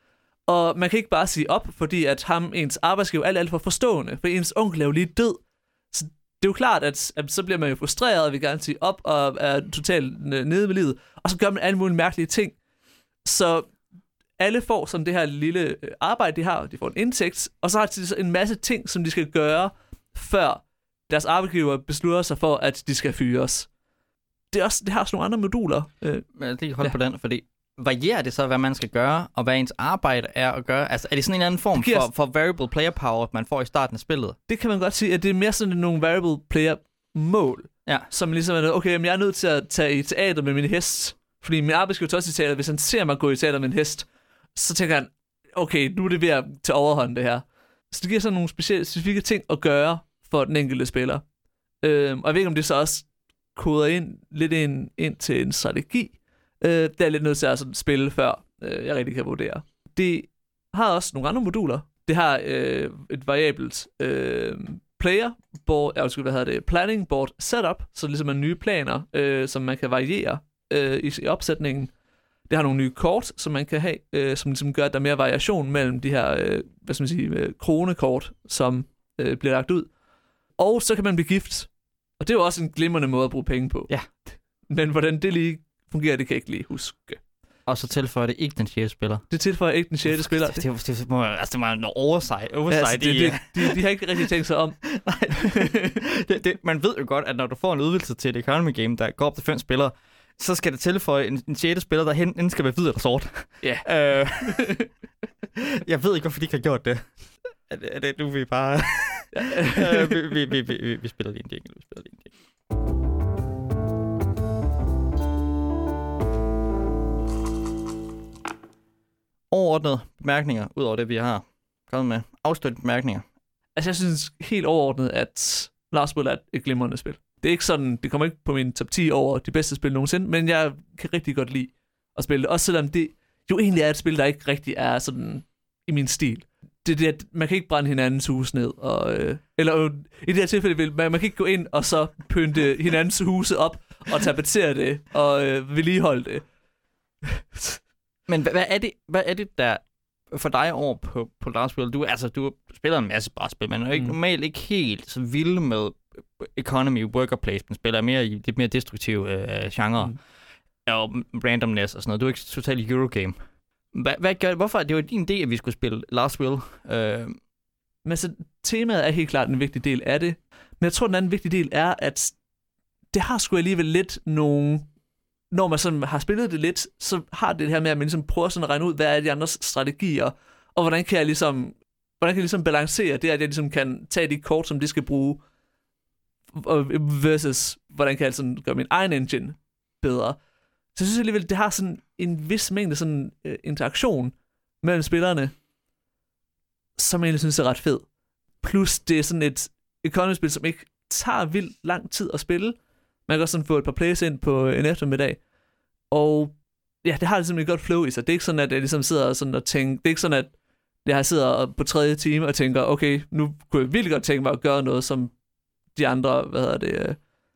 Og man kan ikke bare sige op, fordi at ham, ens arbejdsgiver, er alt, alt for forstående, for ens onkel er jo lige død. Så det er jo klart, at, at så bliver man jo frustreret, og vil gerne sige op, og er totalt nede med livet, og så gør man alle mulige mærkelige ting. Så alle får sådan det her lille arbejde, de har, de får en indtægt, og så har de en masse ting, som de skal gøre, før deres arbejdsgiver beslutter sig for, at de skal fyres. Det, er også, det har også nogle andre moduler. Men jeg lige holde ja. på den, fordi varierer det så, hvad man skal gøre, og hvad ens arbejde er at gøre? Altså, er det sådan en eller anden form giver... for, for variable player power, man får i starten af spillet? Det kan man godt sige, at det er mere sådan nogle variable player mål, ja. Som ligesom er, okay, jamen, jeg er nødt til at tage i teater med min hest, fordi min arbejdsgiver tager også i teater, hvis han ser mig gå i teater med en hest, så tænker han, okay, nu er det ved at tage overhånd det her. Så det giver sådan nogle specielle, specifikke ting at gøre for den enkelte spiller. Øhm, og jeg ved ikke, om det så også koder ind lidt ind, ind til en strategi. Øh, det er lidt nødt til at sådan spille, før øh, jeg rigtig kan vurdere. Det har også nogle andre moduler. Det har øh, et variabelt øh, player board, jeg skal, hvad hedder det, planning board setup, så ligesom er nye planer, øh, som man kan variere øh, i, i opsætningen. Det har nogle nye kort, som man kan have, øh, som ligesom gør, at der er mere variation mellem de her, øh, hvad skal man sige, øh, kronekort, som øh, bliver lagt ud. Og så kan man blive gift. Og det er jo også en glimrende måde at bruge penge på. Ja. Men hvordan det lige fungerer, det kan jeg ikke lige huske. Og så tilføjer det ikke den sjette spiller. Det tilføjer ikke den sjette spiller. Det, det, det, det må altså det må noget oversight. oversight ja, altså, det, det, de, de har ikke rigtig tænkt sig om. Nej. det, det, man ved jo godt, at når du får en udvidelse til et economy game, der går op til fem spillere, så skal det tilføje en, en sjette spiller, der hen, enten skal være hvid eller sort. Ja. Yeah. Jeg ved ikke, hvorfor de ikke har gjort det. Er det, er det nu vi bare... uh, vi, vi, vi, vi, vi spiller lige en jingle. Vi spiller lige en jingle. Overordnede bemærkninger, ud over det, vi har kommet med. Afstøttende bemærkninger. Altså, jeg synes helt overordnet, at Last Spil er et glimrende spil. Det er ikke sådan, det kommer ikke på min top ti over de bedste spil nogensinde, men jeg kan rigtig godt lide at spille det. Også selvom det jo egentlig er et spil, der ikke rigtig er sådan i min stil. Det er det, at man kan ikke brænde hinandens hus ned. Og, øh, eller øh, i det her tilfælde, vil man, man kan ikke gå ind og så pynte hinandens huse op og tapetsere det og øh, vedligeholde det. Men hvad, hvad, er det, hvad er det, der for dig over på, på Last Spil? Du, altså, du spiller en masse brætspil, men er ikke, mm. normalt ikke helt så vild med economy, worker placement, spiller mere i lidt mere destruktive øh, genre, mm. og randomness og sådan noget. Du er ikke totalt Eurogame. Hvad, hvad gør, hvorfor? Det var din idé, at vi skulle spille Last Will. Øh. Men så temaet er helt klart en vigtig del af det. Men jeg tror, den anden vigtige del er, at det har sgu alligevel lidt nogle når man sådan har spillet det lidt, så har det her med, at man ligesom prøver sådan at regne ud, hvad er de andres strategier, og hvordan kan jeg ligesom, hvordan kan jeg ligesom balancere det, at jeg ligesom kan tage de kort, som de skal bruge, versus hvordan kan jeg sådan gøre min egen engine bedre. Så jeg synes alligevel, det har sådan en vis mængde sådan uh, interaktion mellem spillerne, som jeg egentlig synes er ret fed. Plus det er sådan et economy-spil, som ikke tager vildt lang tid at spille. Man kan også sådan få et par plays ind på en eftermiddag. Og ja, det har ligesom et godt flow i sig. Det er ikke sådan, at jeg ligesom sidder sådan og tænker, det er ikke sådan, at jeg sidder på tredje time og tænker, okay, nu kunne jeg virkelig godt tænke mig at gøre noget, som de andre, hvad hedder det,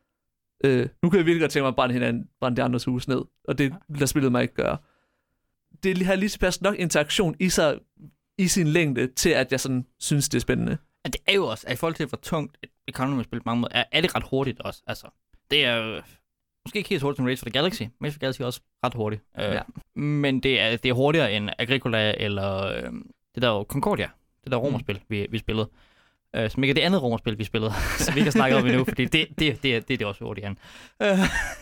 øh, nu kunne jeg virkelig godt tænke mig at brænde, hinanden, brænde de andres hus ned. Og det lader spillet mig ikke gøre. Det har lige tilpas nok interaktion i sig, i sin længde, til at jeg sådan synes, det er spændende. Ja, det er jo også, at i forhold til, hvor tungt et economy-spil på mange måder er, er det ret hurtigt også. Altså, det er jo måske ikke helt så hurtigt som Race for the Galaxy. Race for the Galaxy er også ret hurtigt. Ja. Uh, men det er, det er hurtigere end Agricola eller uh, det der jo Concordia. Det der romerspil, mm. vi, vi spillede. Uh, som ikke er det andet romerspil, vi spillede, som vi ikke har snakket om endnu, fordi det, det, det, det er det også hurtigt end. Uh,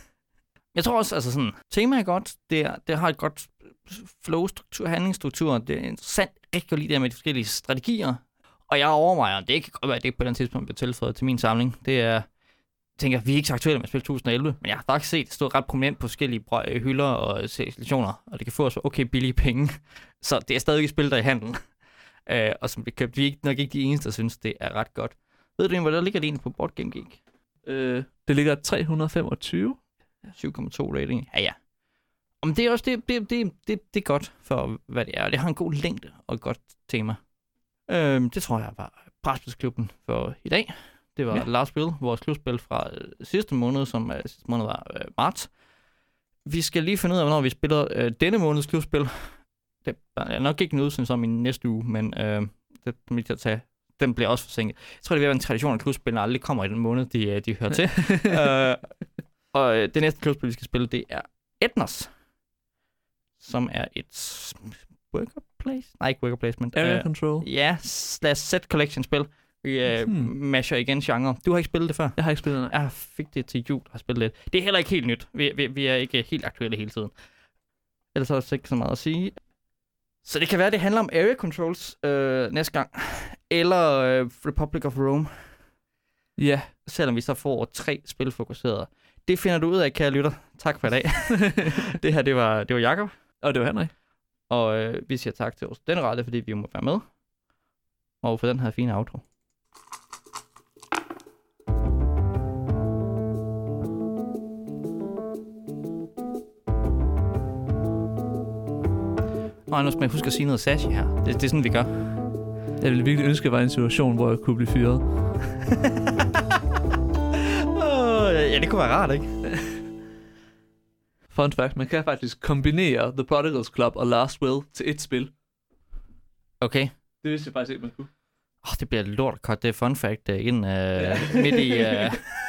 jeg tror også, altså sådan, tema er godt. Det, er, det har et godt flow-struktur, handlingsstruktur. Det er interessant, rigtig godt lige der med de forskellige strategier. Og jeg overvejer, det kan godt være, at det ikke på den tidspunkt bliver tilføjet til min samling. Det er, jeg tænker, vi er ikke så aktuelle med spil to tusind og elleve, men jeg har faktisk set det stå ret prominent på forskellige hylder og situationer, og det kan få os for okay billige penge. Så det er stadig et spil, der er i handlen. Uh, og som bliver købt. Vi er nok ikke de eneste, der synes, det er ret godt. Ved du, hvor der ligger det egentlig på Board Game Geek? Øh, det ligger tre hundrede og femogtyve. syv komma to rating. Ja, ja. Men det er også det, det, det, det, det er godt for, hvad det er. Det har en god længde og et godt tema. Øhm, det tror jeg var Brætspilsklubben for i dag. Det var ja. Last Will, vores klubspil fra øh, sidste måned, som øh, sidste måned var øh, marts. Vi skal lige finde ud af, hvornår vi spiller øh, denne måneds klubspil. Det er nok ikke en udsendelse om i næste uge, men øh, det er mit at tage. Den bliver også forsinket. Jeg tror, det vil være en tradition, at klubspillene aldrig kommer i den måned, de, de hører til. øh, og øh, det næste klubspil, vi skal spille, det er Etnos, som er et worker place? Nej, ikke worker placement. Area uh, Control. Ja, slash set collection spil. Vi uh, hmm. masher igen genre. Du har ikke spillet det før? Jeg har ikke spillet det. Jeg fik det til jul og har spillet lidt. Det er heller ikke helt nyt. Vi, vi, vi er ikke helt aktuelle hele tiden. Ellers er der ikke så meget at sige. Så det kan være, det handler om area controls øh, næste gang. Eller øh, Republic of Rome. Ja. Selvom vi så får tre spilfokuserede. Det finder du ud af, kære lytter. Tak for i dag. Det her, det var, det var Jakob. Og det var Henrik. Og øh, vi siger tak til os den rette, fordi vi må være med. Og for den her fine outro. Og nu skal man huske at sige noget sassy her. Det, det er sådan, vi gør. Jeg ville virkelig ønske, at jeg var i en situation, hvor jeg kunne blive fyret. oh, ja, det kunne være rart, ikke? Fun fact, man kan faktisk kombinere The Prodigals Club og Last Will til et spil. Okay. Det vidste jeg faktisk ikke, man kunne. Åh, oh, det bliver lort at cut det fun fact uh, ind uh, ja. midt i... Uh...